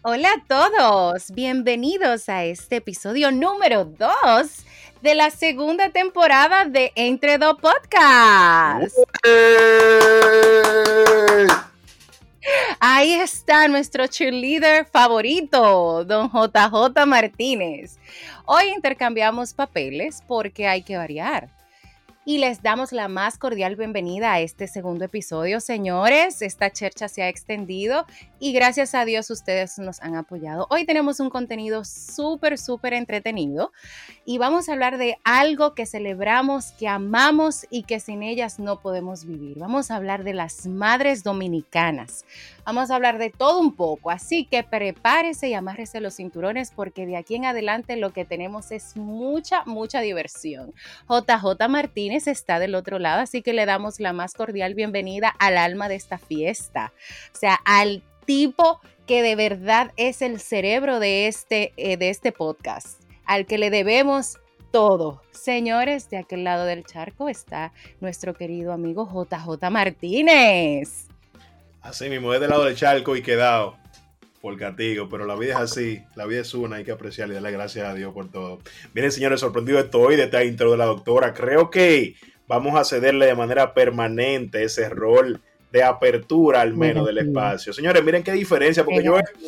Hola a todos, bienvenidos a este episodio número 2 de la segunda temporada de Entre Dos Podcast. Ahí está nuestro cheerleader favorito, don JJ Martínez. Hoy intercambiamos papeles porque hay que variar. Y les damos la más cordial bienvenida a este segundo episodio, señores. Esta chercha se ha extendido y gracias a Dios ustedes nos han apoyado. Hoy tenemos un contenido súper entretenido y vamos a hablar de algo que celebramos, que amamos y que sin ellas no podemos vivir. Vamos a hablar de las madres dominicanas. Vamos a hablar de todo un poco, así que prepárese y amárrese los cinturones porque de aquí en adelante lo que tenemos es mucha diversión. JJ Martínez está del otro lado, así que le damos la más cordial bienvenida al alma de esta fiesta, o sea, al tipo que de verdad es el cerebro de este podcast, al que le debemos todo. Señores, de aquel lado del charco está nuestro querido amigo JJ Martínez. Así mismo, es del lado del charco y quedado por castigo, pero la vida es así, la vida es una, hay que apreciarla y darle gracias a Dios por todo. Miren, señores, sorprendido estoy de esta intro de la doctora. Creo que vamos a cederle de manera permanente ese rol de apertura al menos del espacio. Señores, miren qué diferencia, porque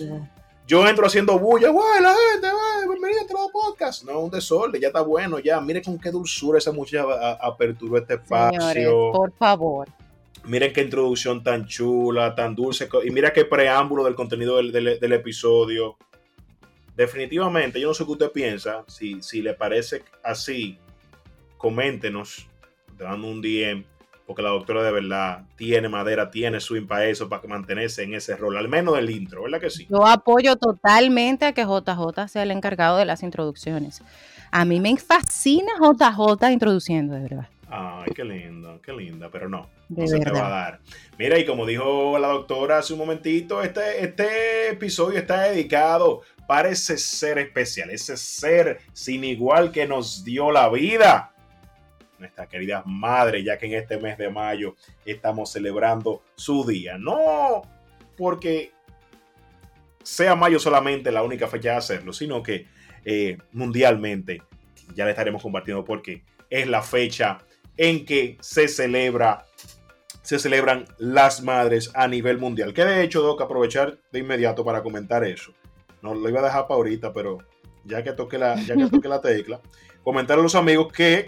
yo entro haciendo bulla, güey, la gente, bienvenido a otro podcast. No, un desorden, ya está bueno, ya. Miren con qué dulzura esa muchacha aperturó este espacio. Señores, por favor. Miren qué introducción tan chula, tan dulce. Y mira qué preámbulo del contenido del episodio. Definitivamente, yo no sé qué usted piensa. Si le parece así, coméntenos, dando un DM. Porque la doctora de verdad tiene madera, tiene swing para eso, para mantenerse en ese rol. Al menos del intro, ¿verdad que sí? Yo apoyo totalmente a que JJ sea el encargado de las introducciones. A mí me fascina JJ introduciendo, de verdad. Ay, qué linda, pero no de se verdad te va a dar. Mira, y como dijo la doctora hace un momentito, este episodio está dedicado para ese ser especial, ese ser sin igual que nos dio la vida, nuestra querida madre, ya que en este mes de mayo estamos celebrando su día. No porque sea mayo solamente la única fecha de hacerlo, sino que mundialmente, ya le estaremos compartiendo porque es la fecha en que se celebran las madres a nivel mundial. Que de hecho, Doc, aprovechar de inmediato para comentar eso. No lo iba a dejar para ahorita, pero ya que toqué la tecla, comentar a los amigos que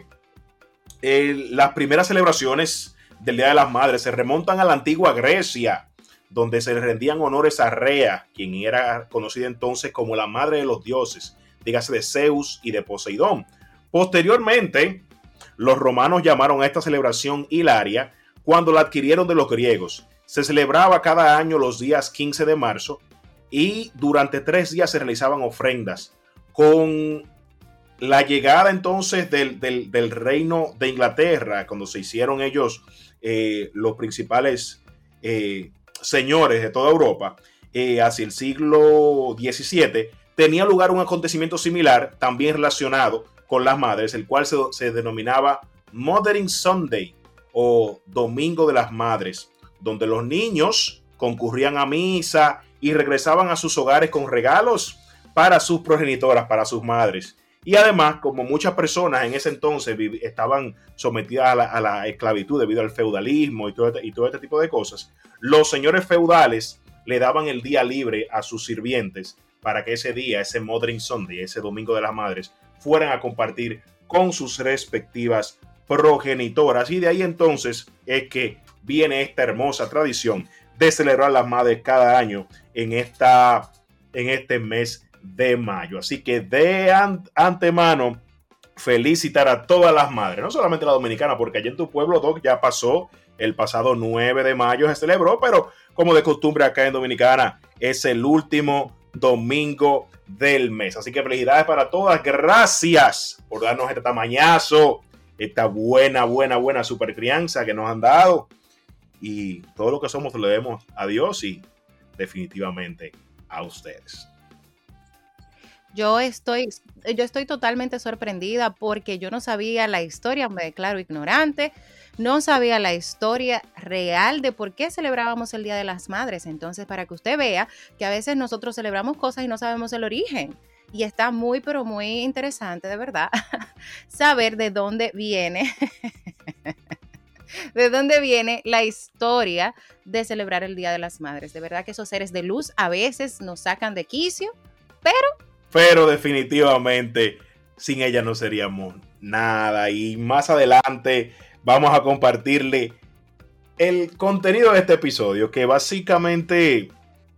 las primeras celebraciones del Día de las Madres se remontan a la antigua Grecia, donde se le rendían honores a Rea, quien era conocida entonces como la madre de los dioses, dígase de Zeus y de Poseidón. Posteriormente, los romanos llamaron a esta celebración Hilaria cuando la adquirieron de los griegos. Se celebraba cada año los días 15 de marzo y durante 3 días se realizaban ofrendas. Con la llegada entonces del reino de Inglaterra, cuando se hicieron ellos los principales señores de toda Europa, hacia el siglo XVII, tenía lugar un acontecimiento similar, también relacionado con las madres, el cual se denominaba Mothering Sunday o Domingo de las Madres, donde los niños concurrían a misa y regresaban a sus hogares con regalos para sus progenitoras, para sus madres. Y además, como muchas personas en ese entonces estaban sometidas a la esclavitud debido al feudalismo y todo este tipo de cosas, los señores feudales le daban el día libre a sus sirvientes para que ese día, ese Mothering Sunday, ese Domingo de las Madres, fueran a compartir con sus respectivas progenitoras. Y de ahí entonces es que viene esta hermosa tradición de celebrar las madres cada año en este mes de mayo. Así que de antemano, felicitar a todas las madres, no solamente la dominicana, porque allá en tu pueblo, Doc, ya pasó el pasado 9 de mayo, se celebró, pero como de costumbre acá en Dominicana, es el último domingo del mes. Así que felicidades para todas. Gracias por darnos este tamañazo, esta buena super crianza que nos han dado. Y todo lo que somos lo debemos a Dios y definitivamente a ustedes. Yo estoy totalmente sorprendida porque yo no sabía la historia, me declaro ignorante, no sabía la historia real de por qué celebrábamos el Día de las Madres. Entonces, para que usted vea que a veces nosotros celebramos cosas y no sabemos el origen. Y está muy, pero muy interesante, de verdad, saber de dónde viene, de dónde viene la historia de celebrar el Día de las Madres. De verdad que esos seres de luz a veces nos sacan de quicio, pero definitivamente sin ella no seríamos nada. Y más adelante vamos a compartirle el contenido de este episodio, que básicamente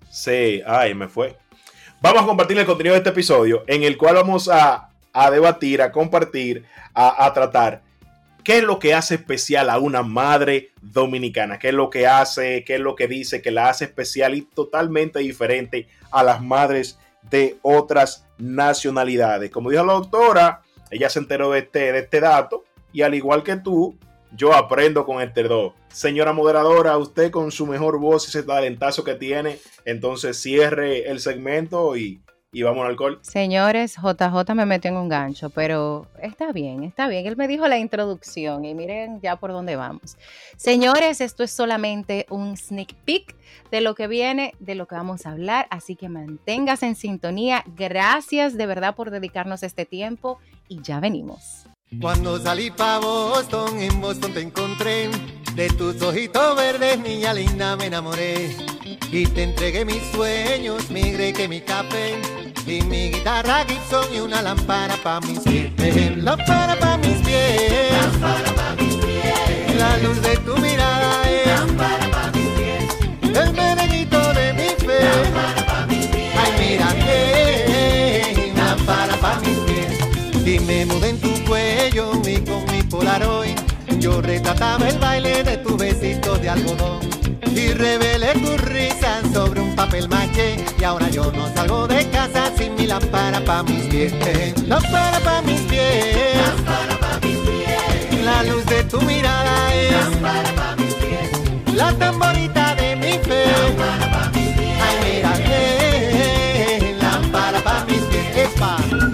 Vamos a compartir el contenido de este episodio, en el cual vamos a debatir, a compartir, a tratar qué es lo que hace especial a una madre dominicana, qué es lo que hace, qué es lo que dice que la hace especial y totalmente diferente a las madres de otras nacionalidades. Como dijo la doctora, ella se enteró de este dato, y al igual que tú, yo aprendo con este dos. Señora moderadora, usted con su mejor voz y ese talentazo que tiene, entonces cierre el segmento y vamos al alcohol. señores, JJ me metió en un gancho, pero está bien. Él me dijo la introducción y miren ya por dónde vamos. Señores, esto es solamente un sneak peek de lo que viene, de lo que vamos a hablar, así que manténgase en sintonía. Gracias de verdad por dedicarnos este tiempo y ya venimos. Cuando salí pa' Boston, en Boston te encontré. De tus ojitos verdes, niña linda, me enamoré. Y te entregué mis sueños, mi greque, mi café. Y mi guitarra Gibson y una lámpara pa' mis pies. Lámpara pa' mis pies. Lámpara pa' mis pies. La luz de tu mirada es. Lámpara pa' mis pies. El merenguito de mi fe. Lámpara pa' mis pies. Ay, mira, lámpara pa' mis pies. Y me mudé en tu cuello y con mi Polaroid yo retrataba el baile de tus besitos de algodón y revelé tus risas sobre un papel maché. Y ahora yo no salgo de casa sin mi lámpara pa' mis pies. Lámpara pa' mis pies. Lámpara pa' mis pies. La luz de tu mirada es. Lámpara pa' mis pies. La tan bonita de mi fe. Lámpara pa' mis pies. Ay, mira, lámpara pa' mis pies. Epa.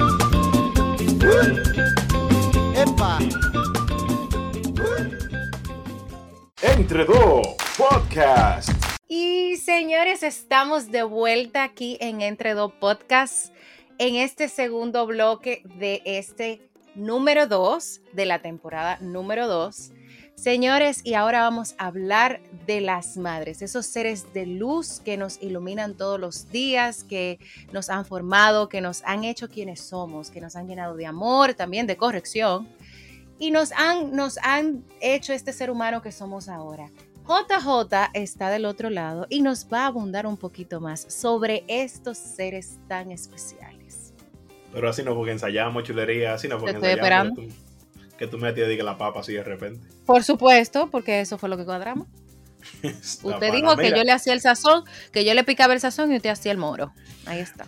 Epa. Entre dos podcast. Y señores, estamos de vuelta aquí en Entre Dos Podcast, en este segundo bloque de este número 2, de la temporada número 2. Señores, y ahora vamos a hablar de las madres, esos seres de luz que nos iluminan todos los días, que nos han formado, que nos han hecho quienes somos, que nos han llenado de amor, también de corrección, y nos han hecho este ser humano que somos ahora. JJ está del otro lado y nos va a abundar un poquito más sobre estos seres tan especiales. Pero así no, porque ensayamos chulería, así no, porque estoy esperando. Que tú me digas la papa así de repente. Por supuesto, porque eso fue lo que cuadramos. Usted dijo que yo le hacía el sazón, que yo le picaba el sazón y usted hacía el moro. Ahí está.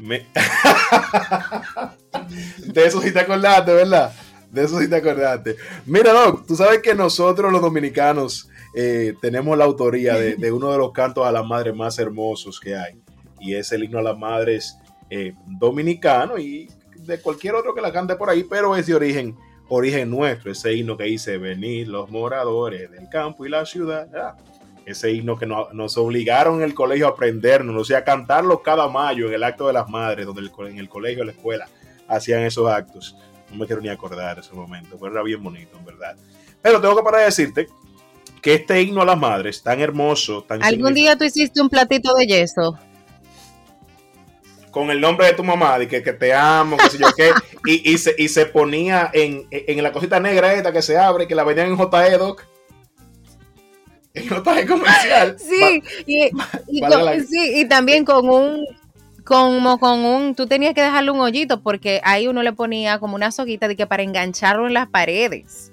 De eso sí te acordaste, ¿verdad? De eso sí te acordaste. Mira, Doc, tú sabes que nosotros los dominicanos tenemos la autoría de uno de los cantos a las madres más hermosos que hay. Y es el himno a las madres dominicano y de cualquier otro que la cante por ahí, pero es de origen nuestro. Ese himno que dice, venid los moradores del campo y la ciudad. Ese himno que nos obligaron en el colegio a aprendernos, o sea, a cantarlo cada mayo en el acto de las madres, donde en el colegio, en la escuela, hacían esos actos. No me quiero ni acordar de ese momento, pero era bien bonito, en verdad. Pero tengo que parar de decirte que este himno a las madres, tan hermoso, tan ¿Algún día tú hiciste un platito de yeso? Con el nombre de tu mamá, de que te amo, qué sé yo qué, y se ponía en la cosita negra esta que se abre, que la vendían en JE, Doc. En JE comercial. Sí, y también con un, tú tenías que dejarle un hoyito porque ahí uno le ponía como una soguita de que para engancharlo en las paredes.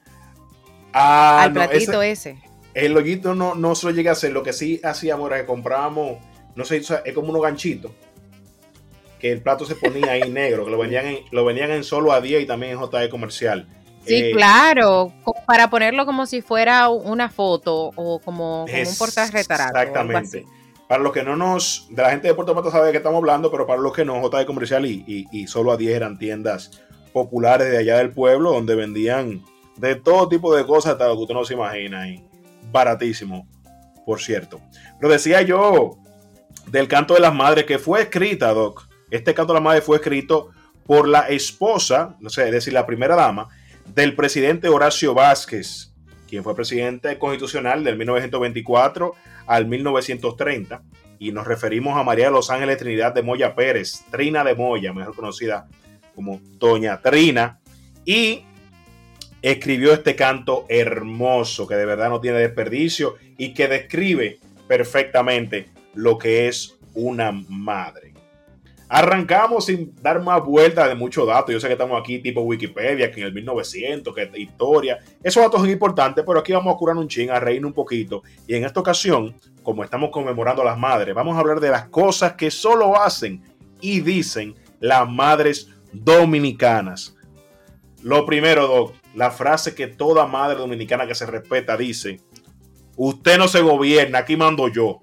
Al platito ese. El hoyito no se lo llegué a hacer. Lo que sí hacíamos era que comprábamos, no sé, es como unos ganchitos, que el plato se ponía ahí negro, que lo vendían en solo a 10 y también en JE comercial. Sí, claro, para ponerlo como si fuera una foto o como un portarretrato. Exactamente. Para los que no de la gente de Puerto Plata sabe de qué estamos hablando, pero para los que no, JD Comercial y Solo a 10 eran tiendas populares de allá del pueblo, donde vendían de todo tipo de cosas, hasta lo que usted no se imagina, y baratísimo, por cierto. Pero decía yo del canto de las madres, que fue escrita, Doc. Este canto de las madres fue escrito por la esposa, no sé, es decir, la primera dama del presidente Horacio Vázquez, quien fue presidente constitucional del 1924 al 1930, y nos referimos a María de los Ángeles Trinidad de Moya Pérez, Trina de Moya, mejor conocida como Doña Trina, y escribió este canto hermoso que de verdad no tiene desperdicio y que describe perfectamente lo que es una madre. Arrancamos sin dar más vueltas de muchos datos. Yo sé que estamos aquí tipo Wikipedia, que en el 1900, que historia. Esos datos son importantes, pero aquí vamos a curar un chin, a reírnos un poquito. Y en esta ocasión, como estamos conmemorando a las madres, vamos a hablar de las cosas que solo hacen y dicen las madres dominicanas. Lo primero, Doc, la frase que toda madre dominicana que se respeta dice: usted no se gobierna, aquí mando yo.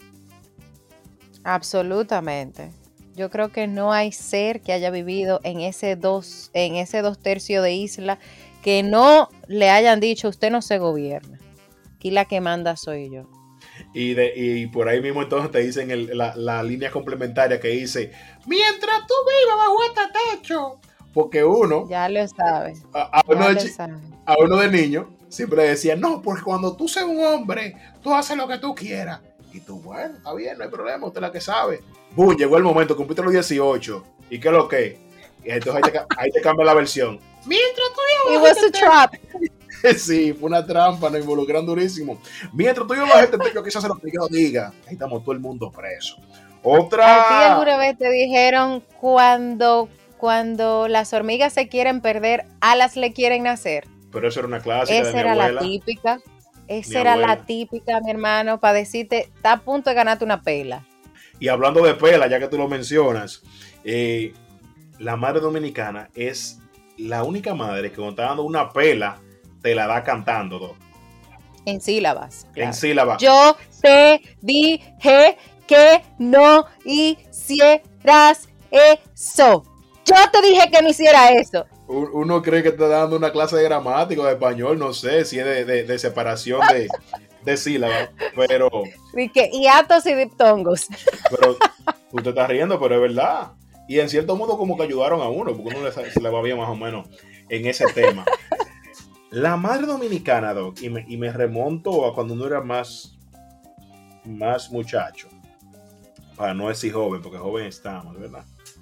Absolutamente. Yo creo que no hay ser que haya vivido en ese dos tercios de isla que no le hayan dicho usted no se gobierna. Aquí la que manda soy yo. Y por ahí mismo entonces te dicen la línea complementaria que dice: mientras tú vivas bajo este techo. Porque uno, ya lo sabes. A uno de niño siempre decía: no, porque cuando tú seas un hombre, tú haces lo que tú quieras. Y tú, bueno, está bien, no hay problema, usted es la que sabe. Boom, llegó el momento, cumpliste los 18. ¿Y qué es lo que? Y entonces ahí te cambia la versión. Mientras tú It was a trap. Sí, fue una trampa, nos involucran durísimo. Mientras tú llevas este techo, quizás se lo que yo diga. Ahí estamos todo el mundo preso. Otra. ¿A ti alguna vez te dijeron cuando las hormigas se quieren perder, alas le quieren nacer? Pero eso era una clásica Esa de mi era abuela. la típica. Esa era abuela. La típica, mi hermano, para decirte, está a punto de ganarte una pela. Y hablando de pela, ya que tú lo mencionas, la madre dominicana es la única madre que cuando está dando una pela, te la da cantando, ¿no? En sílabas. Claro. En sílabas. Yo te dije que no hicieras eso. Yo te dije que no hiciera eso. Uno cree que está dando una clase de gramática o de español, no sé si es de separación de sílabas, pero... Y atos y diptongos. Pero tú te estás riendo, pero es verdad. Y en cierto modo como que ayudaron a uno, porque uno se le va bien más o menos en ese tema. La madre dominicana, Doc, y me remonto a cuando uno era más muchacho, para no decir joven, porque joven estamos, ¿verdad?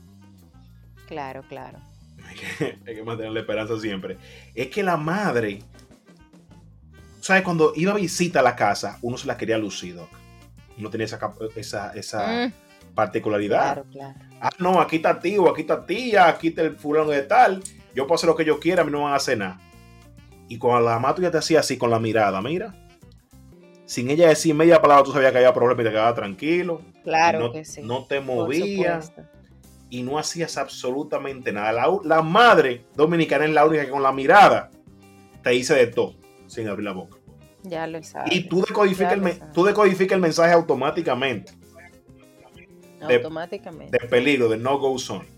Claro, claro. Hay que mantener la esperanza siempre. Es que la madre, ¿sabes? Cuando iba a visita a la casa, uno se la quería lucir, Doc. No tenía esa particularidad. Claro. Ah, no, aquí está tío, aquí está tía, aquí está el fulano de tal. Yo puedo hacer lo que yo quiera, a mí no me van a hacer nada. Y cuando la mamá tuya te hacía así con la mirada, mira, sin ella decir media palabra, tú sabías que había problema y te quedabas tranquilo. Claro que sí. No te movías y no hacías absolutamente nada. La madre dominicana es la única que con la mirada te dice de todo, sin abrir la boca. Ya lo sabes. Y tú decodificas el mensaje automáticamente. Automáticamente. De peligro, de no go zone.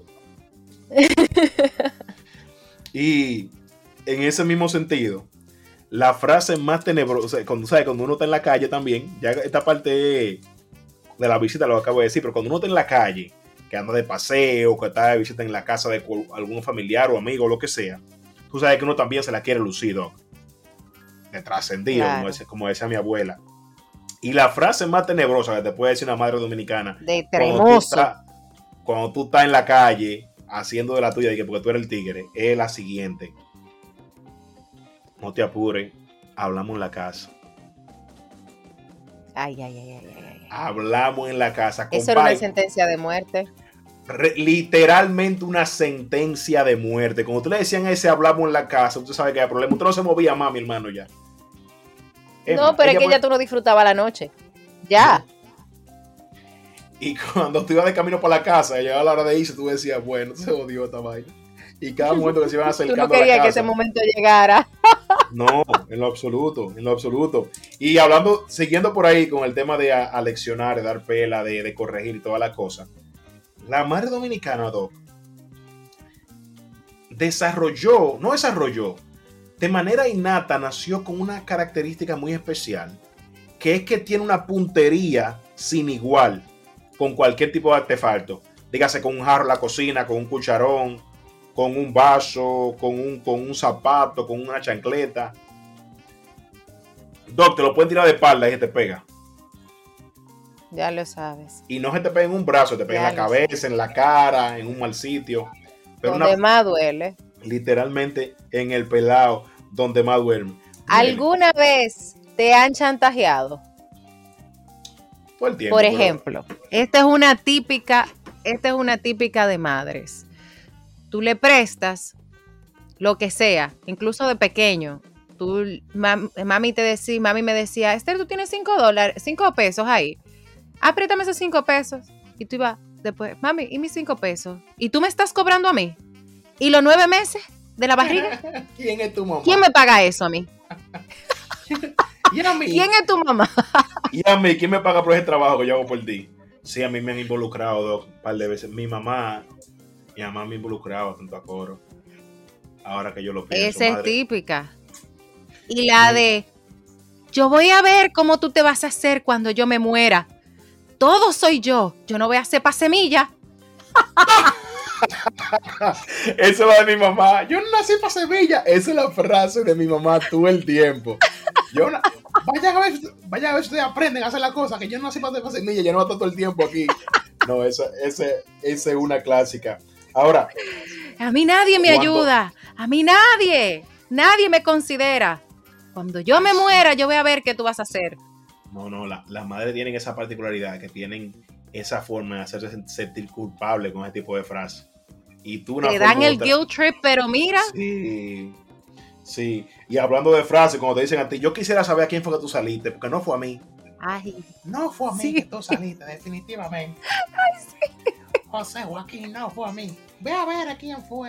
Y en ese mismo sentido, la frase más tenebrosa, cuando uno está en la calle también, ya esta parte de la visita lo acabo de decir, pero cuando uno está en la calle, que anda de paseo, que está de visita en la casa de algún familiar o amigo o lo que sea, tú sabes que uno también se la quiere lucir, Doc. De trascendido, claro. como decía mi abuela. Y la frase más tenebrosa que te puede decir una madre dominicana, de tremoso, cuando tú estás en la calle haciendo de la tuya, porque tú eres el tigre, es la siguiente: no te apures, hablamos en la casa. Ay. Hablamos en la casa. Eso era una sentencia de muerte. Literalmente una sentencia de muerte. Cuando tú le decían ese hablamos en la casa, usted sabe que hay problema. Usted no se movía más, mi hermano, ya. No, pero es que ya tú no disfrutabas la noche. Ya. Y cuando tú ibas de camino para la casa, llegaba la hora de irse, tú decías, bueno, se odió esta vaina. Y cada momento que se iban acercando tú no querías que ese momento llegara. No, en lo absoluto, en lo absoluto. Y hablando, siguiendo por ahí con el tema de aleccionar, de dar pela, de corregir y todas las cosas. La madre dominicana, Doc, no desarrolló, de manera innata nació con una característica muy especial, que es que tiene una puntería sin igual con cualquier tipo de artefacto. Dígase con un jarro en la cocina, con un cucharón, con un vaso, con un zapato, con una chancleta. Doc, te lo pueden tirar de espalda y se te pega. Ya lo sabes. Y no se te pega en un brazo, te pega en la cabeza, en la cara, en un mal sitio. Pero donde más duele. Literalmente en el pelado, donde más duerme. ¿Alguna vez te han chantajeado? Todo el tiempo. Por ejemplo, esta es una típica de madres. Tú le prestas lo que sea, incluso de pequeño. Mami me decía, Esther, tú tienes $5 ahí. Préstame esos $5. Y tú ibas después, mami, ¿y mis $5? ¿Y tú me estás cobrando a mí? ¿Y los 9 meses de la barriga? ¿Quién es tu mamá? ¿Quién me paga eso a mí? ¿Y a mí? ¿Quién es tu mamá? ¿Y a mí? ¿Quién me paga por ese trabajo que yo hago por ti? Sí, a mí me han involucrado un par de veces. Mi mamá me ha involucrado tanto a coro. Ahora que yo lo pienso. Esa es típica. Y la de, yo voy a ver cómo tú te vas a hacer cuando yo me muera. Todo soy yo. Yo no voy a hacer pa' semilla. Eso va de mi mamá. Yo no nací para semilla. Esa es la frase de mi mamá todo el tiempo. Vayan a ver si ustedes aprenden a hacer las cosas, que yo no nací para semilla, yo no voy todo el tiempo aquí. No, esa es una clásica. Ahora. A mí nadie me ayuda. A mí nadie me considera. Cuando yo me muera, yo voy a ver qué tú vas a hacer. No, las madres tienen esa particularidad, que tienen esa forma de hacerse sentir culpable con ese tipo de frases. Y tú te dan el guilt trip, pero mira. Sí. Y hablando de frases, cuando te dicen a ti, yo quisiera saber a quién fue que tú saliste, porque no fue a mí. Ay. No fue a mí que tú saliste, definitivamente. Ay, sí. José Joaquín, no fue a mí. Ve a ver a quién fue.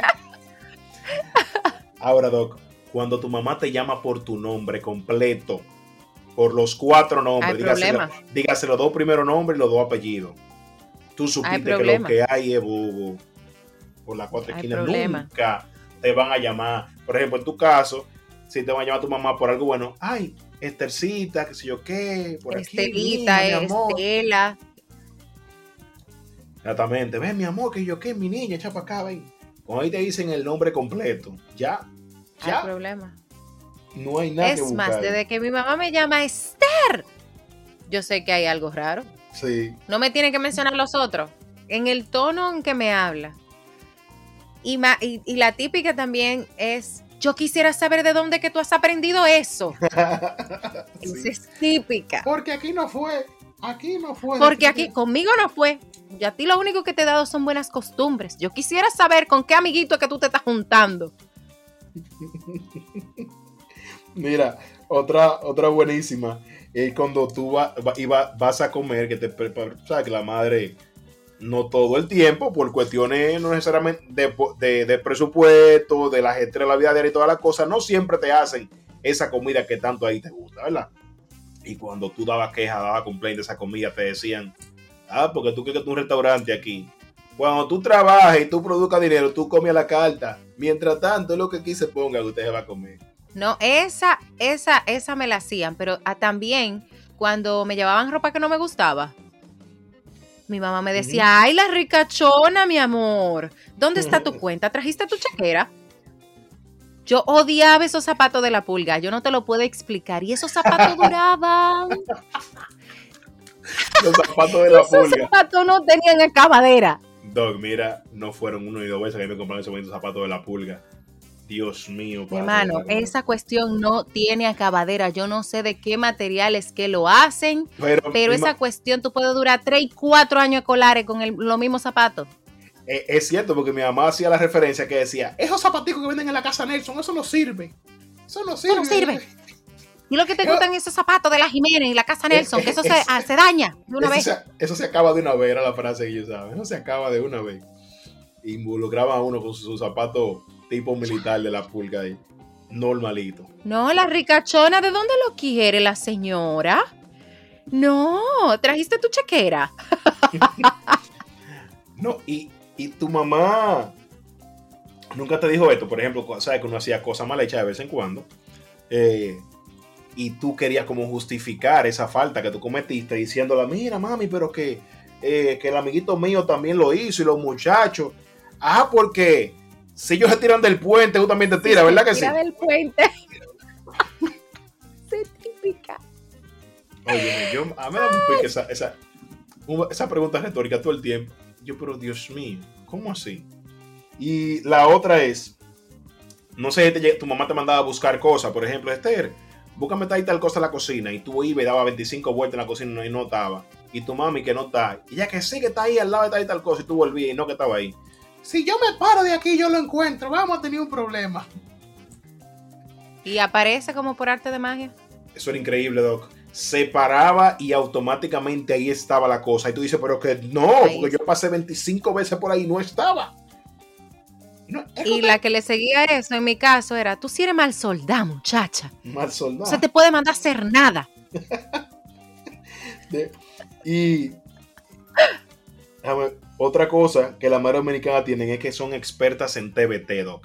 Ahora, Doc, cuando tu mamá te llama por tu nombre completo, por los 4 nombres, dígase los 2 primeros nombres y los 2 apellidos. Tú supiste que lo que hay es bobo. Por las 4 esquinas nunca te van a llamar. Por ejemplo, en tu caso, si te van a llamar tu mamá por algo bueno, ay, Estercita, qué sé yo qué, por Estelita, aquí, mi amor. Estela. Exactamente, ven mi amor, que yo qué, mi niña, echa para acá, ven. Cuando ahí te dicen el nombre completo, ya. No hay problema. No hay nada que buscar. Es más, desde que mi mamá me llama Esther, yo sé que hay algo raro. Sí. No me tiene que mencionar los otros. En el tono en que me habla. Y la típica también es, yo quisiera saber de dónde que tú has aprendido eso. Sí. Esa es típica. Porque aquí no fue. Porque aquí conmigo no fue. Y a ti lo único que te he dado son buenas costumbres. Yo quisiera saber con qué amiguito es que tú te estás juntando. Mira, otra buenísima es cuando tú vas a comer, que sabes que la madre no todo el tiempo, por cuestiones no necesariamente de presupuesto, de la gestión de la vida diaria y todas las cosas, no siempre te hacen esa comida que tanto ahí te gusta, ¿verdad? Y cuando tú dabas queja, dabas complaint de esa comida, te decían, porque tú quieres que un restaurante aquí. Cuando tú trabajes y tú produzcas dinero, tú comes a la carta. Mientras tanto, es lo que aquí se ponga que usted se va a comer. No, esa me la hacían, pero también cuando me llevaban ropa que no me gustaba, mi mamá me decía, ay, la ricachona, mi amor, ¿dónde está tu cuenta? ¿Trajiste tu chequera? Yo odiaba esos zapatos de la pulga, yo no te lo puedo explicar, y esos zapatos duraban. Los zapatos de la pulga. Esos zapatos no tenían acabadera. Doc, mira, no fueron 1 y 2 veces que me compraron esos zapatos de la pulga. Dios mío. Mi hermano, esa cuestión no tiene acabadera. Yo no sé de qué materiales que lo hacen, pero esa cuestión tú puedes durar 3 y 4 años escolares con los mismos zapatos. Es cierto, porque mi mamá hacía la referencia que decía, esos zapaticos que venden en la casa Nelson, eso no sirve. Eso no sirve. Y lo que te gustan esos zapatos de la Jiménez y la casa Nelson, que eso se daña de una vez. Eso se acaba de una vez, era la frase que yo usaba. Eso se acaba de una vez. Involucraba a uno con sus zapatos tipo militar de la pulga ahí. Normalito. No, la ricachona, ¿de dónde lo quiere la señora? No, trajiste tu chequera. No, y tu mamá nunca te dijo esto, por ejemplo, sabes que uno hacía cosas mal hechas de vez en cuando, y tú querías como justificar esa falta que tú cometiste diciéndola, mira mami, pero que el amiguito mío también lo hizo y los muchachos. Ah, porque si ellos se tiran del puente, tú también te tiras, ¿verdad que sí? Tira del puente. Se típica. Oye, a mí me da un pique esa pregunta retórica todo el tiempo. Yo, pero Dios mío, ¿cómo así? Y la otra es, no sé, tu mamá te mandaba a buscar cosas, por ejemplo, Esther, búscame tal cosa en la cocina, y tú ibas y daba 25 vueltas en la cocina y no estaba, y tu mami que no está, y ya que sí que está ahí al lado de tal cosa, y tú volvías y no que estaba ahí. Si yo me paro de aquí, yo lo encuentro, vamos a tener un problema. Y aparece como por arte de magia. Eso era increíble, Doc. Se paraba y automáticamente ahí estaba la cosa. Y tú dices, pero que no, ahí porque yo pasé 25 veces por ahí y no estaba. No, y la que le seguía eso, en mi caso, era, tú sí eres mal soldado, muchacha. Mal soldado. No se te puede mandar a hacer nada. Y otra cosa que las madres dominicanas tienen es que son expertas en TBT, Doc.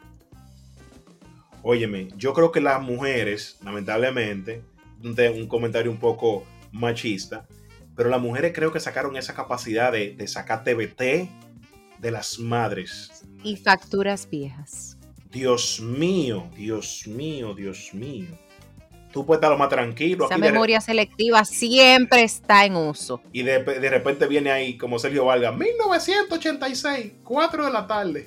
Óyeme, yo creo que las mujeres, lamentablemente, un comentario un poco machista, pero las mujeres creo que sacaron esa capacidad de sacar TBT de las madres. Y facturas viejas. Dios mío, Dios mío, Dios mío. Tú puedes estar lo más tranquilo. Esa aquí memoria selectiva siempre está en uso. Y de repente viene ahí, como Sergio Vargas, 1986, 4 de la tarde.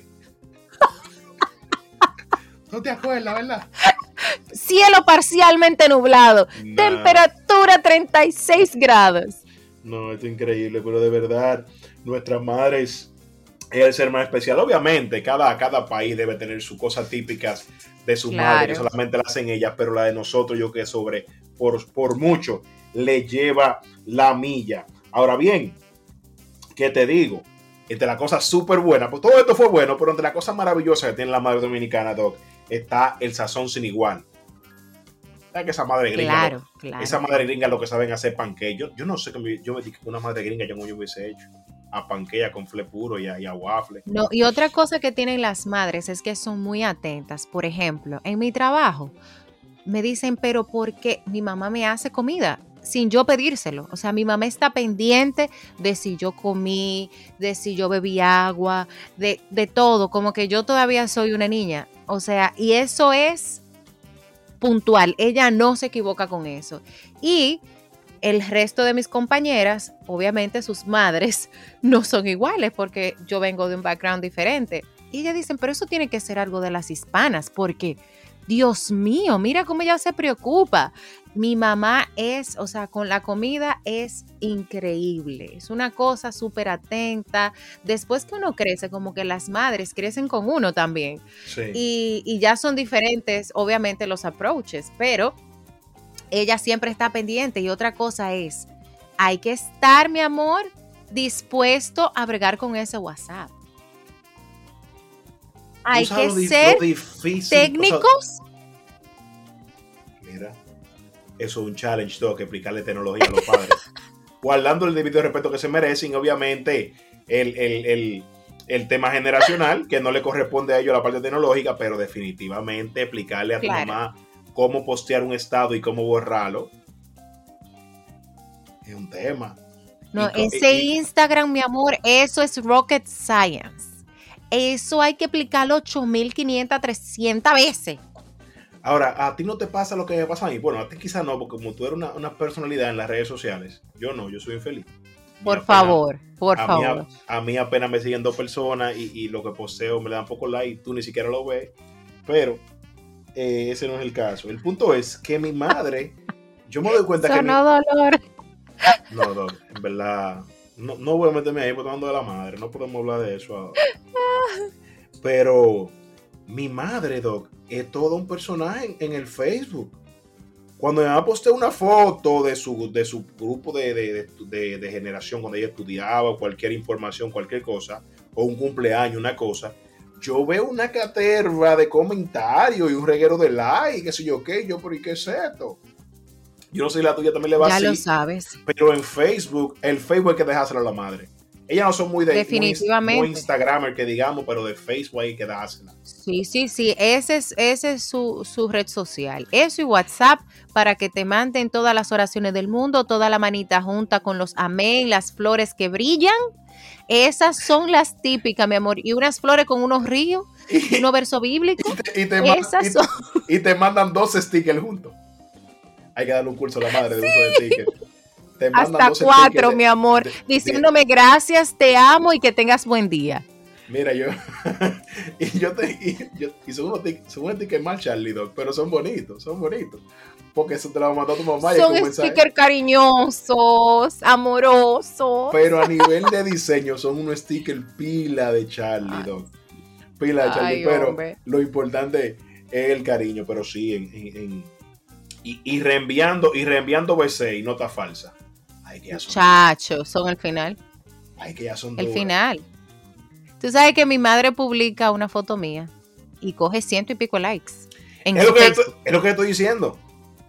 ¿No te acuerdas, verdad? Cielo parcialmente nublado. Nah. Temperatura 36 grados. No, esto es increíble, pero de verdad, nuestras madres es el ser más especial. Obviamente, cada país debe tener sus cosas típicas de su madre, que solamente la hacen ellas, pero la de nosotros, yo que por mucho, le lleva la milla. Ahora bien, ¿qué te digo? Entre las cosas súper buenas, pues todo esto fue bueno, pero entre las cosas maravillosas que tiene la madre dominicana, Doc, está el sazón sin igual. ¿Sabes que esa madre gringa? Claro. Esa madre gringa lo que saben hacer panqueques. Yo no sé, yo me dije que una madre gringa yo no hubiese hecho. A panqueques con fle puro y a waffle. No, y otra cosa que tienen las madres es que son muy atentas. Por ejemplo, en mi trabajo me dicen, pero ¿por qué mi mamá me hace comida sin yo pedírselo? O sea, mi mamá está pendiente de si yo comí, de si yo bebí agua, de todo, como que yo todavía soy una niña. O sea, y eso es puntual. Ella no se equivoca con eso. Y el resto de mis compañeras, obviamente sus madres no son iguales porque yo vengo de un background diferente. Y ellas dicen, pero eso tiene que ser algo de las hispanas porque, Dios mío, mira cómo ella se preocupa. Mi mamá es, o sea, con la comida es increíble. Es una cosa súper atenta. Después que uno crece, como que las madres crecen con uno también. Sí. Y ya son diferentes, obviamente, los approaches, pero ella siempre está pendiente. Y otra cosa es, hay que estar, mi amor, dispuesto a bregar con ese WhatsApp. Hay que ser técnicos. O sea, mira, eso es un challenge, tengo que explicarle tecnología a los padres. Guardando el debido respeto que se merecen, obviamente, el tema generacional, que no le corresponde a ellos la parte tecnológica, pero definitivamente explicarle a tu mamá cómo postear un estado y cómo borrarlo es un tema. No, Instagram, mi amor, eso es rocket science. Eso hay que explicarlo 8.500, 300 veces. Ahora, ¿a ti no te pasa lo que me pasa a mí? Bueno, a ti quizás no, porque como tú eres una personalidad en las redes sociales, yo no, yo soy infeliz. Por favor. A mí apenas me siguen 2 personas y lo que posteo me le dan poco like, tú ni siquiera lo ves, pero ese no es el caso. El punto es que mi madre, yo me doy cuenta que... dolor. No, en verdad, no voy a meterme ahí porque hablando de la madre, no podemos hablar de eso ahora. Pero mi madre, Doc, es todo un personaje en el Facebook. Cuando mi mamá postea una foto de su grupo de generación, cuando ella estudiaba, cualquier información, cualquier cosa, o un cumpleaños, una cosa, yo veo una caterva de comentarios y un reguero de like, qué sé yo qué, yo, pero ¿y qué es esto? Yo no sé si la tuya también le va Ya así. lo sabes. Pero en Facebook, el Facebook hay que dejárselo a la madre. Ellas no son muy de Definitivamente. muy Instagramer que digamos, pero de Facebook hay que dársela. Sí, sí, sí, ese es su red social. Eso y WhatsApp para que te manden todas las oraciones del mundo, toda la manita junta con los amén, las flores que brillan. Esas son las típicas, mi amor. Y unas flores con unos ríos, y unos versos bíblicos. Y te mandan 2 stickers juntos. Hay que darle un curso a la madre de uso de stickers. Te mandan Hasta 4, mi amor, diciéndome gracias, te amo y que tengas buen día. Mira, y son unos stickers mal Charlie Dog, pero son bonitos. Porque eso te lo mandó tu mamá. Son stickers cariñosos, amorosos. Pero a nivel de diseño son unos stickers pila de Charlie Dog. Pila de Charlie, pero hombre, lo importante es el cariño, pero sí, y reenviando BC y nota falsa. Muchachos, son el final. Ay, que ya son el final. Tú sabes que mi madre publica una foto mía y coge 100 y pico likes. Es lo que estoy diciendo.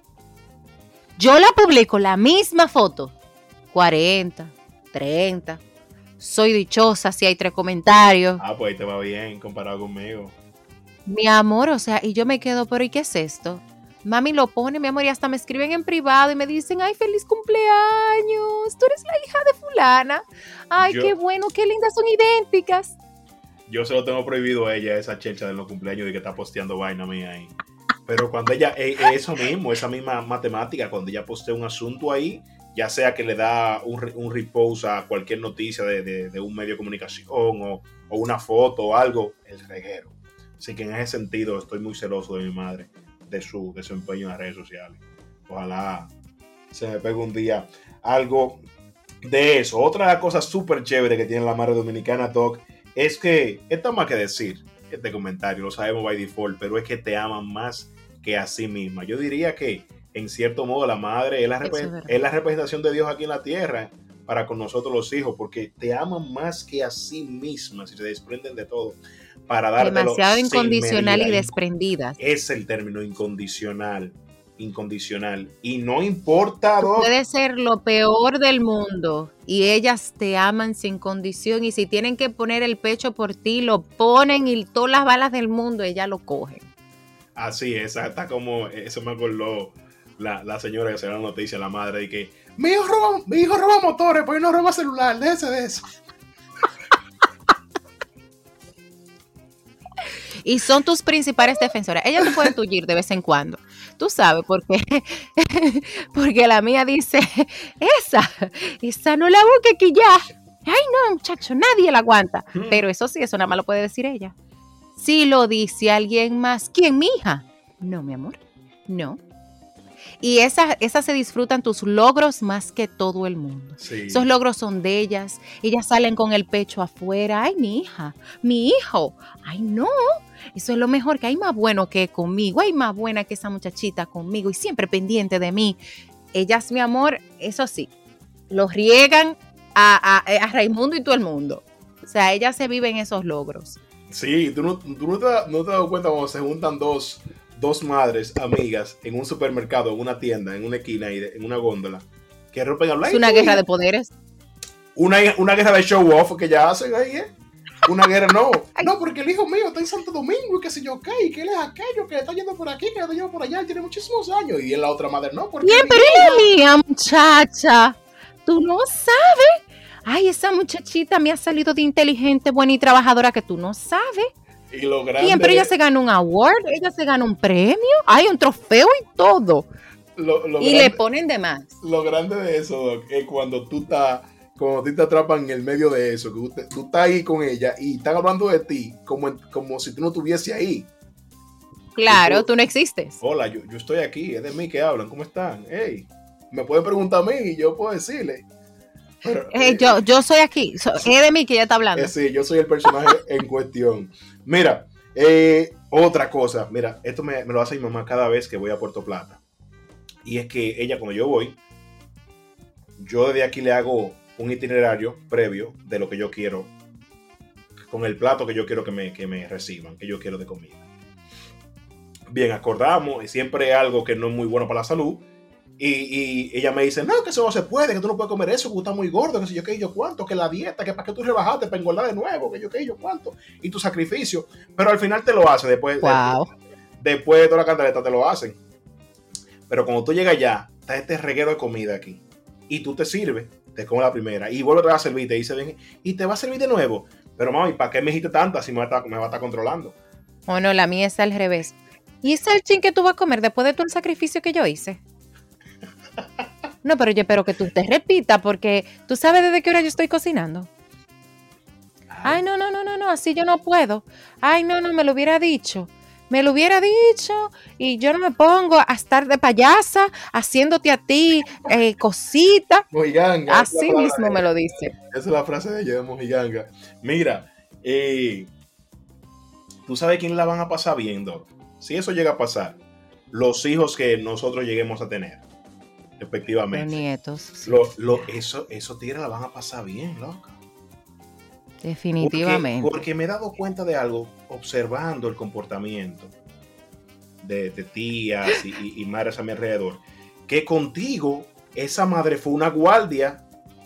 Yo la publico, la misma foto. 40, 30. Soy dichosa si hay 3 comentarios. Pues ahí te va bien comparado conmigo. Mi amor, o sea, y yo me quedo, pero ¿y qué es esto? Mami lo pone, mi amor, y hasta me escriben en privado y me dicen, ay, feliz cumpleaños, tú eres la hija de fulana. Ay, qué bueno, qué lindas, son idénticas. Yo se lo tengo prohibido a ella, esa chelcha de los cumpleaños y que está posteando vaina mía ahí. Pero cuando ella, eso mismo, esa misma matemática, cuando ella postea un asunto ahí, ya sea que le da un repost a cualquier noticia de un medio de comunicación o una foto o algo, el reguero. Así que en ese sentido estoy muy celoso de mi madre, de su desempeño en las redes sociales. Ojalá se me pegue un día algo de eso. Otra cosa súper chévere que tiene la madre dominicana, Doc, es que, esto más que decir, este comentario lo sabemos by default, pero es que te aman más que a sí misma. Yo diría que en cierto modo la madre es la representación de Dios aquí en la tierra para con nosotros los hijos, porque te aman más que a sí mismas y se desprenden de todo para dártelo demasiado incondicional y desprendida. Es el término incondicional. Y no importa, Doc. Puede ser lo peor del mundo y ellas te aman sin condición, y si tienen que poner el pecho por ti, lo ponen, y todas las balas del mundo ellas lo cogen. Así es, está como, eso me acordó la señora que se da la noticia, la madre, de que mi hijo roba motores, pero no roba celular, déjese de eso. Y son tus principales defensoras. Ellas te pueden tullir de vez en cuando. Tú sabes, porque la mía dice, esa no la busque que ya. Ay, no, muchacho, nadie la aguanta. Pero eso sí, eso nada más lo puede decir ella. Si lo dice alguien más, ¿quién, mi hija? No, mi amor, no. Y esas se disfrutan tus logros más que todo el mundo. Sí. Esos logros son de ellas. Ellas salen con el pecho afuera. Ay, mi hija, mi hijo. Ay, no. Eso es lo mejor, que hay más bueno que conmigo. Hay más buena que esa muchachita conmigo y siempre pendiente de mí. Ellas, mi amor, eso sí, los riegan a Raimundo y todo el mundo. O sea, ellas se viven esos logros. Sí, tú no te has dado cuenta cuando se juntan dos madres amigas en un supermercado, en una tienda, en una esquina, en una góndola, que rompen a hablar. Es una guerra de poderes. Una guerra de show off que ya hacen ahí, ¿eh? Una guerra, no, porque el hijo mío está en Santo Domingo y qué sé yo qué, y que él es aquello, que le está yendo por aquí, que le está yendo por allá, él tiene muchísimos años, y en la otra madre no, porque... Bien, pero es mía, muchacha, tú no sabes. Ay, esa muchachita me ha salido de inteligente, buena y trabajadora que tú no sabes. Y lo grande... Bien, pero ella se gana un award, ella se gana un premio, hay un trofeo y todo. Y grande, le ponen de más. Lo grande de eso, Doc, es cuando tú te atrapan en el medio de eso, que tú estás ahí con ella y están hablando de ti como si tú no estuvieses ahí. Claro, tú no existes. Hola, yo estoy aquí, es de mí que hablan, ¿cómo están? Hey, me pueden preguntar a mí y yo puedo decirle. Pero, yo soy aquí, es de mí que ella está hablando. Sí, yo soy el personaje en cuestión. Mira, otra cosa, mira, esto me lo hace mi mamá cada vez que voy a Puerto Plata. Y es que ella, cuando yo voy, yo desde aquí le hago un itinerario previo de lo que yo quiero con el plato que yo quiero que me reciban, que yo quiero de comida. Bien, acordamos, y siempre es algo que no es muy bueno para la salud. Y ella me dice, no, que eso no se puede, que tú no puedes comer eso, que tú estás muy gordo, que si yo qué y yo cuánto, que la dieta, que para que tú rebajaste, para engordar de nuevo, que yo qué y yo cuánto, y tu sacrificio. Pero al final te lo hace, después de toda la cantaleta te lo hacen. Pero cuando tú llegas allá, está este reguero de comida aquí, y tú te sirves, te comes la primera, y vuelve a servir, te dice, ven, y te va a servir de nuevo. Pero mami, ¿para qué me dijiste tanta si me va a estar controlando? Oh, no, la mía es al revés. ¿Y ese es el chin que tú vas a comer después de todo el sacrificio que yo hice? No, pero yo espero que tú te repitas, porque tú sabes desde qué hora yo estoy cocinando. Ay, no, así yo no puedo. Ay, no, me lo hubiera dicho. Me lo hubiera dicho y yo no me pongo a estar de payasa haciéndote a ti cositas. Mojiganga. Así mismo me lo dice. Esa es la frase de ella, de Mojiganga. Mira, ¿tú sabes quién la van a pasar viendo? Si eso llega a pasar, los hijos que nosotros lleguemos a tener, respectivamente. Los nietos. Sí. Esos tigres la van a pasar bien, loca. Definitivamente. Porque me he dado cuenta de algo observando el comportamiento de tías y madres a mi alrededor. Que contigo, esa madre fue una guardia.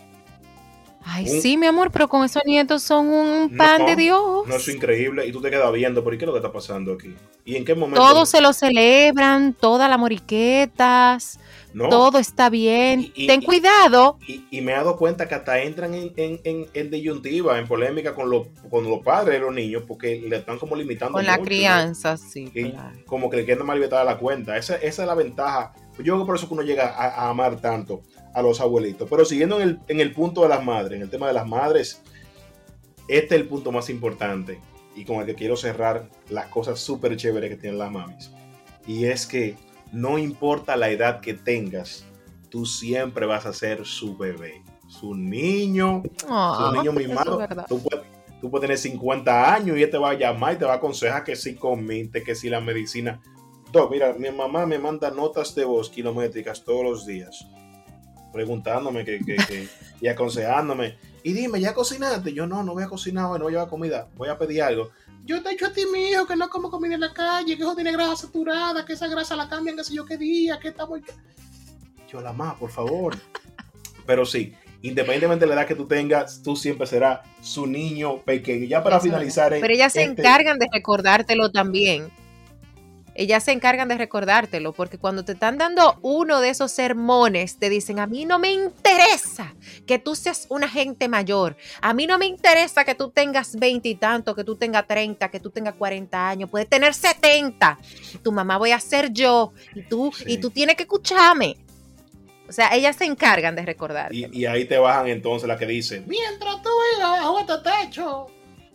Ay, sí, mi amor, pero con esos nietos son un pan de Dios. No, eso es increíble. Y tú te quedas viendo, pero ¿y qué es lo que está pasando aquí? ¿Y en qué momento? Todos se lo celebran, todas las moriquetas. No. Todo está bien. Ten cuidado. Y me he dado cuenta que hasta entran en disyuntiva, en polémica con los padres de los niños, porque le están como limitando. Con mucho, la crianza, ¿no? Sí. Y claro. Como que le quieren más libertad a la cuenta. Esa es la ventaja. Yo creo que por eso que uno llega a amar tanto a los abuelitos. Pero siguiendo en el punto de las madres, en el tema de las madres, este es el punto más importante y con el que quiero cerrar las cosas súper chéveres que tienen las mamis. Y es que no importa la edad que tengas, tú siempre vas a ser su bebé, su niño, su niño mimado. Tú puedes tener 50 años y él te va a llamar y te va a aconsejar que si comiste, que si la medicina. Doc, mira, mi mamá me manda notas de voz kilométricas todos los días, preguntándome y aconsejándome. Y dime, ¿ya cocinaste? Yo no voy a cocinar hoy, no voy a llevar comida, voy a pedir algo. Yo te he dicho a ti, mi hijo, que no como comida en la calle, que eso tiene grasa saturada, que esa grasa la cambian, qué sé yo qué día, que está muy... Yo la más, por favor. Pero sí, independientemente de la edad que tú tengas, tú siempre serás su niño pequeño. Ya para finalizar... Pero ellas se encargan de recordártelo también. Ellas se encargan de recordártelo, porque cuando te están dando uno de esos sermones, te dicen, a mí no me interesa que tú seas una gente mayor, a mí no me interesa que tú tengas 20 y tanto, que tú tengas 30, que tú tengas 40 años, puedes tener 70, tu mamá voy a ser yo, y tú tienes que escucharme. O sea, ellas se encargan de recordar. Y ahí te bajan entonces la que dice, mientras tú ibas bajo este techo.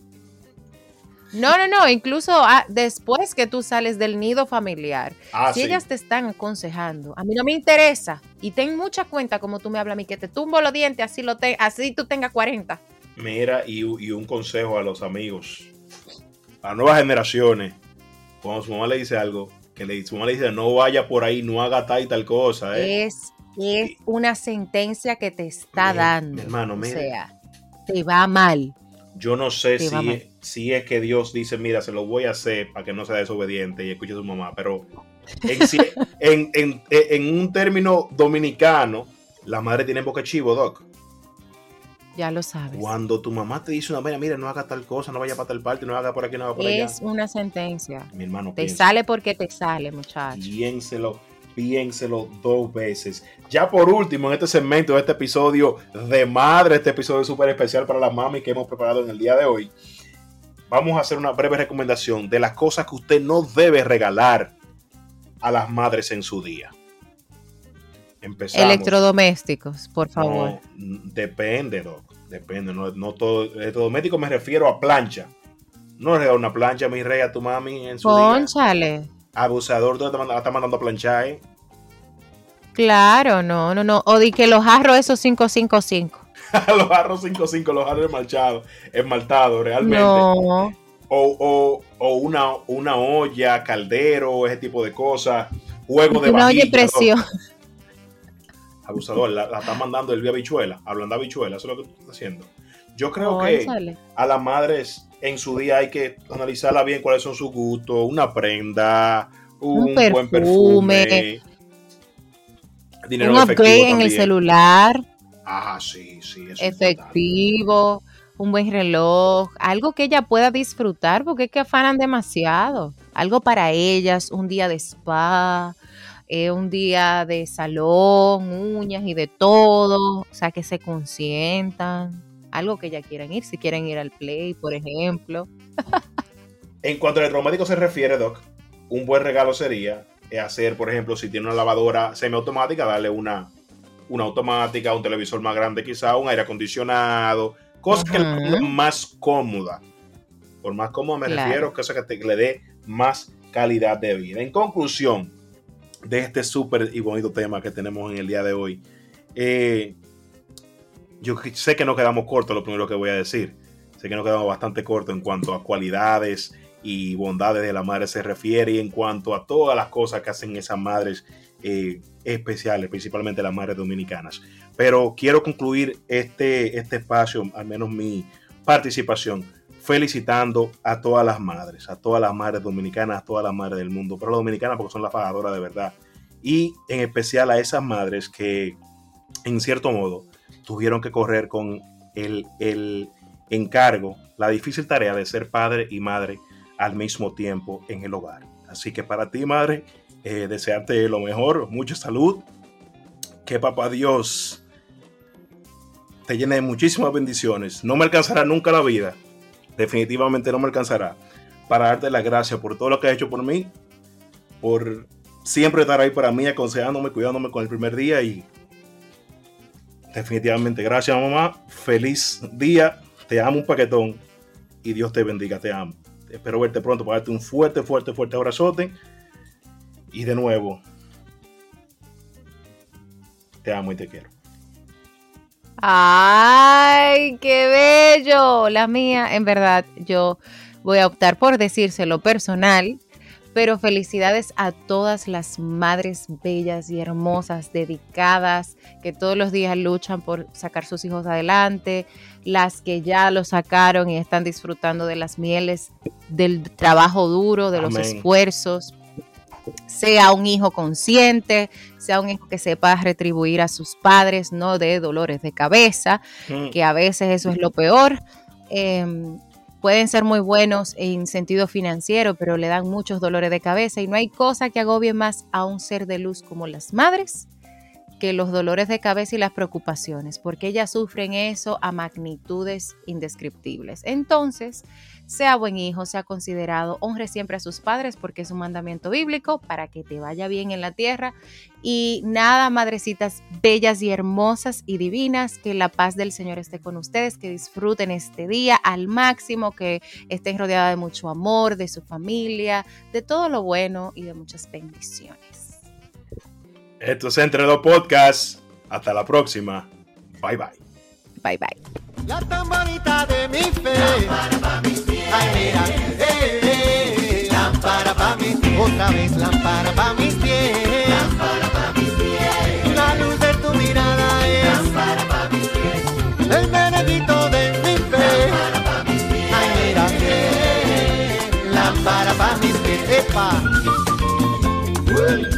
No, incluso después que tú sales del nido familiar, si ellas te están aconsejando, a mí no me interesa, y ten mucha cuenta como tú me hablas a mí, que te tumbo los dientes, así tú tengas 40. Mira, y un consejo a los amigos, a nuevas generaciones, cuando su mamá le dice algo, su mamá le dice, no vaya por ahí, no haga tal y tal cosa. Es una sentencia que te está dando, mi hermano, mira, o sea, te va mal. Yo no sé si es que Dios dice, mira, se lo voy a hacer para que no sea desobediente y escuche a su mamá, pero en un término dominicano, la madre tiene boca chivo, Doc. Ya lo sabes. Cuando tu mamá te dice una vez, mira, no haga tal cosa, no vaya para tal parte, no haga por aquí, no haga por allá. Es una sentencia. Mi hermano, te sale porque te sale, muchacho. Piénselo 2 veces. Ya por último, en este segmento, de este episodio de madre, este episodio súper especial para las mami que hemos preparado en el día de hoy, vamos a hacer una breve recomendación de las cosas que usted no debe regalar a las madres en su día. Empezamos. Electrodomésticos, por favor. No, depende, Doc. Depende. No todo. Electrodoméstico me refiero a plancha. No le regalo una plancha, mi rey, a tu mami en su día. Pónchale. Abusador, tú la estás mandando a planchar, ¿eh? Claro, no. O di que los jarros esos 555. Los jarros 55, los jarros esmaltados, realmente. No. O una olla, caldero, ese tipo de cosas. Juego de una vajilla. olla presión. Abusador, la está mandando el vía habichuela, hablando de habichuela, eso es lo que tú estás haciendo. Yo creo que a las madres en su día hay que analizarla bien cuáles son sus gustos, una prenda, Un buen perfume, perfume, dinero un en efectivo upgrade en el también. celular, Ah, sí, sí, eso es importante. efectivo, un buen reloj, algo que ella pueda disfrutar, porque es que afanan demasiado. Algo para ellas, un día de spa, un día de salón, uñas y de todo, o sea, que se consientan. Algo que ellas quieran ir, si quieren ir al play, por ejemplo. En cuanto al electrodoméstico se refiere, Doc, un buen regalo sería hacer, por ejemplo, si tiene una lavadora semiautomática, darle una automática, un televisor más grande quizá, un aire acondicionado, cosas que le pongan Ujú, más cómoda. Por más cómoda me refiero, claro. cosas que le dé más calidad de vida. En conclusión de este súper y bonito tema que tenemos en el día de hoy, yo sé que nos quedamos cortos, lo primero que voy a decir. Sé que nos quedamos bastante cortos en cuanto a cualidades y bondades de la madre se refiere y en cuanto a todas las cosas que hacen esas madres especiales, principalmente las madres dominicanas. Pero quiero concluir este espacio, al menos mi participación, felicitando a todas las madres dominicanas, a todas las madres del mundo, pero las dominicanas porque son las pagadoras de verdad. Y en especial a esas madres que, en cierto modo, tuvieron que correr con el encargo, la difícil tarea de ser padre y madre al mismo tiempo en el hogar. Así que para ti, madre, desearte lo mejor, mucha salud, que papá Dios te llene de muchísimas bendiciones. No me alcanzará nunca la vida, definitivamente no me alcanzará, para darte las gracias por todo lo que has hecho por mí, por siempre estar ahí para mí, aconsejándome, cuidándome con el primer día y definitivamente gracias, mamá. Feliz día, te amo un paquetón y Dios te bendiga, te amo. Espero verte pronto para darte un fuerte, fuerte, fuerte abrazote. Y de nuevo, te amo y te quiero. ¡Ay, qué bello! La mía, en verdad, yo voy a optar por decírselo personal, pero felicidades a todas las madres bellas y hermosas, dedicadas, que todos los días luchan por sacar sus hijos adelante, las que ya lo sacaron y están disfrutando de las mieles del trabajo duro, de los Amén. esfuerzos. Sea un hijo consciente, sea un hijo que sepa retribuir a sus padres, no de dolores de cabeza, que a veces eso es lo peor. Pueden ser muy buenos en sentido financiero, pero le dan muchos dolores de cabeza y no hay cosa que agobie más a un ser de luz como las madres que los dolores de cabeza y las preocupaciones, porque ellas sufren eso a magnitudes indescriptibles. Entonces, sea buen hijo, sea considerado, honre siempre a sus padres porque es un mandamiento bíblico para que te vaya bien en la tierra. Y nada, madrecitas bellas y hermosas y divinas, que la paz del Señor esté con ustedes, que disfruten este día al máximo, que estén rodeadas de mucho amor, de su familia, de todo lo bueno y de muchas bendiciones. Esto es Entre Dos Podcasts. Hasta la próxima. Bye bye. Bye bye. La tamborita de mi fe. Lámpara pa' mis pies. Ay, mira, lámpara pa' mis pies. Otra vez lámpara pa' mis pies. Lámpara pa' mis pies. La luz de tu mirada es lámpara pa' mis pies. El veredicto de mi fe. Lámpara pa' mis pies. Ay, mira, lámpara pa' mis pies. Epa.